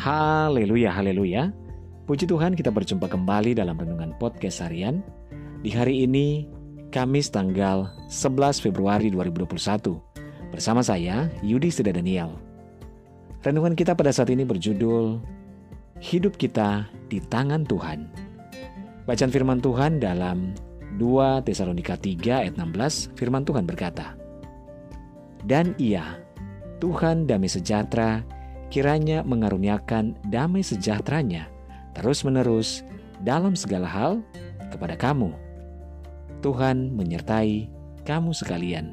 Haleluya, haleluya. Puji Tuhan, kita berjumpa kembali dalam Renungan Podcast Harian. Di hari ini, Kamis tanggal 11 Februari 2021. Bersama saya, Yudi Seda Daniel. Renungan kita pada saat ini berjudul Hidup Kita di Tangan Tuhan. Bacaan firman Tuhan dalam 2 Tesalonika 3 ayat 16, firman Tuhan berkata, "Dan Ia, Tuhan damai sejahtera, kiranya mengaruniakan damai sejahteranya terus-menerus dalam segala hal kepada kamu. Tuhan menyertai kamu sekalian."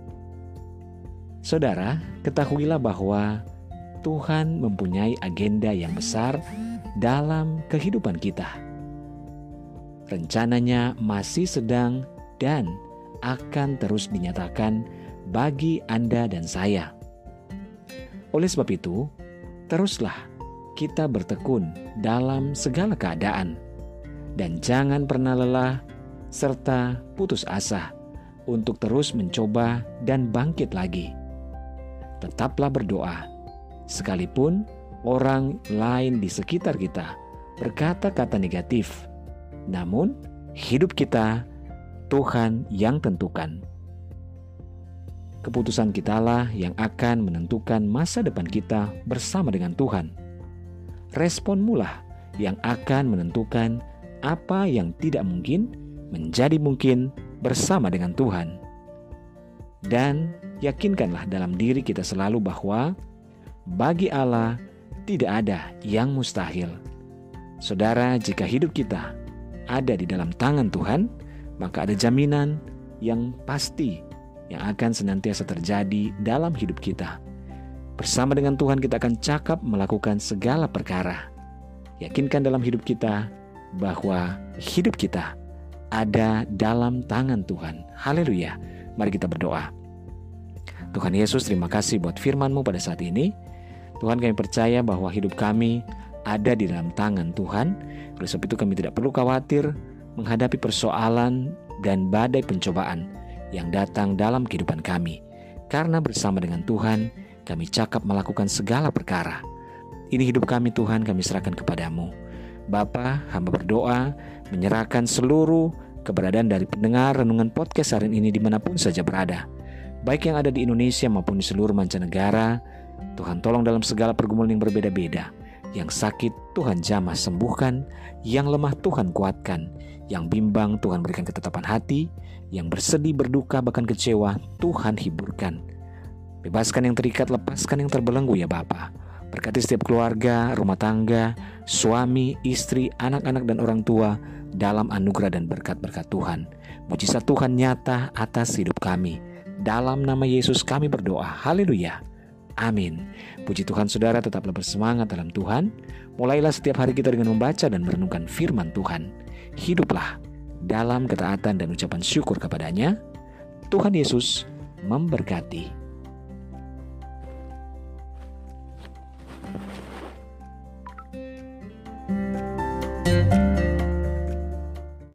Saudara, ketahuilah bahwa Tuhan mempunyai agenda yang besar dalam kehidupan kita. Rencananya masih sedang dan akan terus dinyatakan bagi Anda dan saya. Oleh sebab itu, teruslah kita bertekun dalam segala keadaan, dan jangan pernah lelah serta putus asa untuk terus mencoba dan bangkit lagi. Tetaplah berdoa, sekalipun orang lain di sekitar kita berkata-kata negatif, namun hidup kita Tuhan yang tentukan. Keputusan kitalah yang akan menentukan masa depan kita bersama dengan Tuhan. Responmulah yang akan menentukan apa yang tidak mungkin menjadi mungkin bersama dengan Tuhan. Dan yakinkanlah dalam diri kita selalu bahwa bagi Allah tidak ada yang mustahil. Saudara, jika hidup kita ada di dalam tangan Tuhan, maka ada jaminan yang pasti yang akan senantiasa terjadi dalam hidup kita. Bersama dengan Tuhan kita akan cakap melakukan segala perkara. Yakinkan dalam hidup kita bahwa hidup kita ada dalam tangan Tuhan. Haleluya. Mari kita berdoa. Tuhan Yesus, terima kasih buat firman-Mu pada saat ini. Tuhan, kami percaya bahwa hidup kami ada di dalam tangan Tuhan. Oleh sebab itu kami tidak perlu khawatir menghadapi persoalan dan badai pencobaan yang datang dalam kehidupan kami. Karena bersama dengan Tuhan, kami cakap melakukan segala perkara. Ini hidup kami Tuhan, kami serahkan kepadamu. Bapa, hamba berdoa, menyerahkan seluruh keberadaan dari pendengar Renungan Podcast hari ini dimanapun saja berada. Baik yang ada di Indonesia maupun di seluruh mancanegara. Tuhan tolong dalam segala pergumulan yang berbeda-beda. Yang sakit Tuhan jamah sembuhkan, yang lemah Tuhan kuatkan, yang bimbang Tuhan berikan ketetapan hati, yang bersedih, berduka, bahkan kecewa Tuhan hiburkan. Bebaskan yang terikat, lepaskan yang terbelenggu ya Bapa. Berkati setiap keluarga, rumah tangga, suami, istri, anak-anak dan orang tua dalam anugerah dan berkat-berkat Tuhan. Mujizat Tuhan nyata atas hidup kami. Dalam nama Yesus kami berdoa. Haleluya. Amin. Puji Tuhan, saudara, tetaplah bersemangat dalam Tuhan. Mulailah setiap hari kita dengan membaca dan merenungkan firman Tuhan. Hiduplah dalam ketaatan dan ucapan syukur kepadanya. Tuhan Yesus memberkati.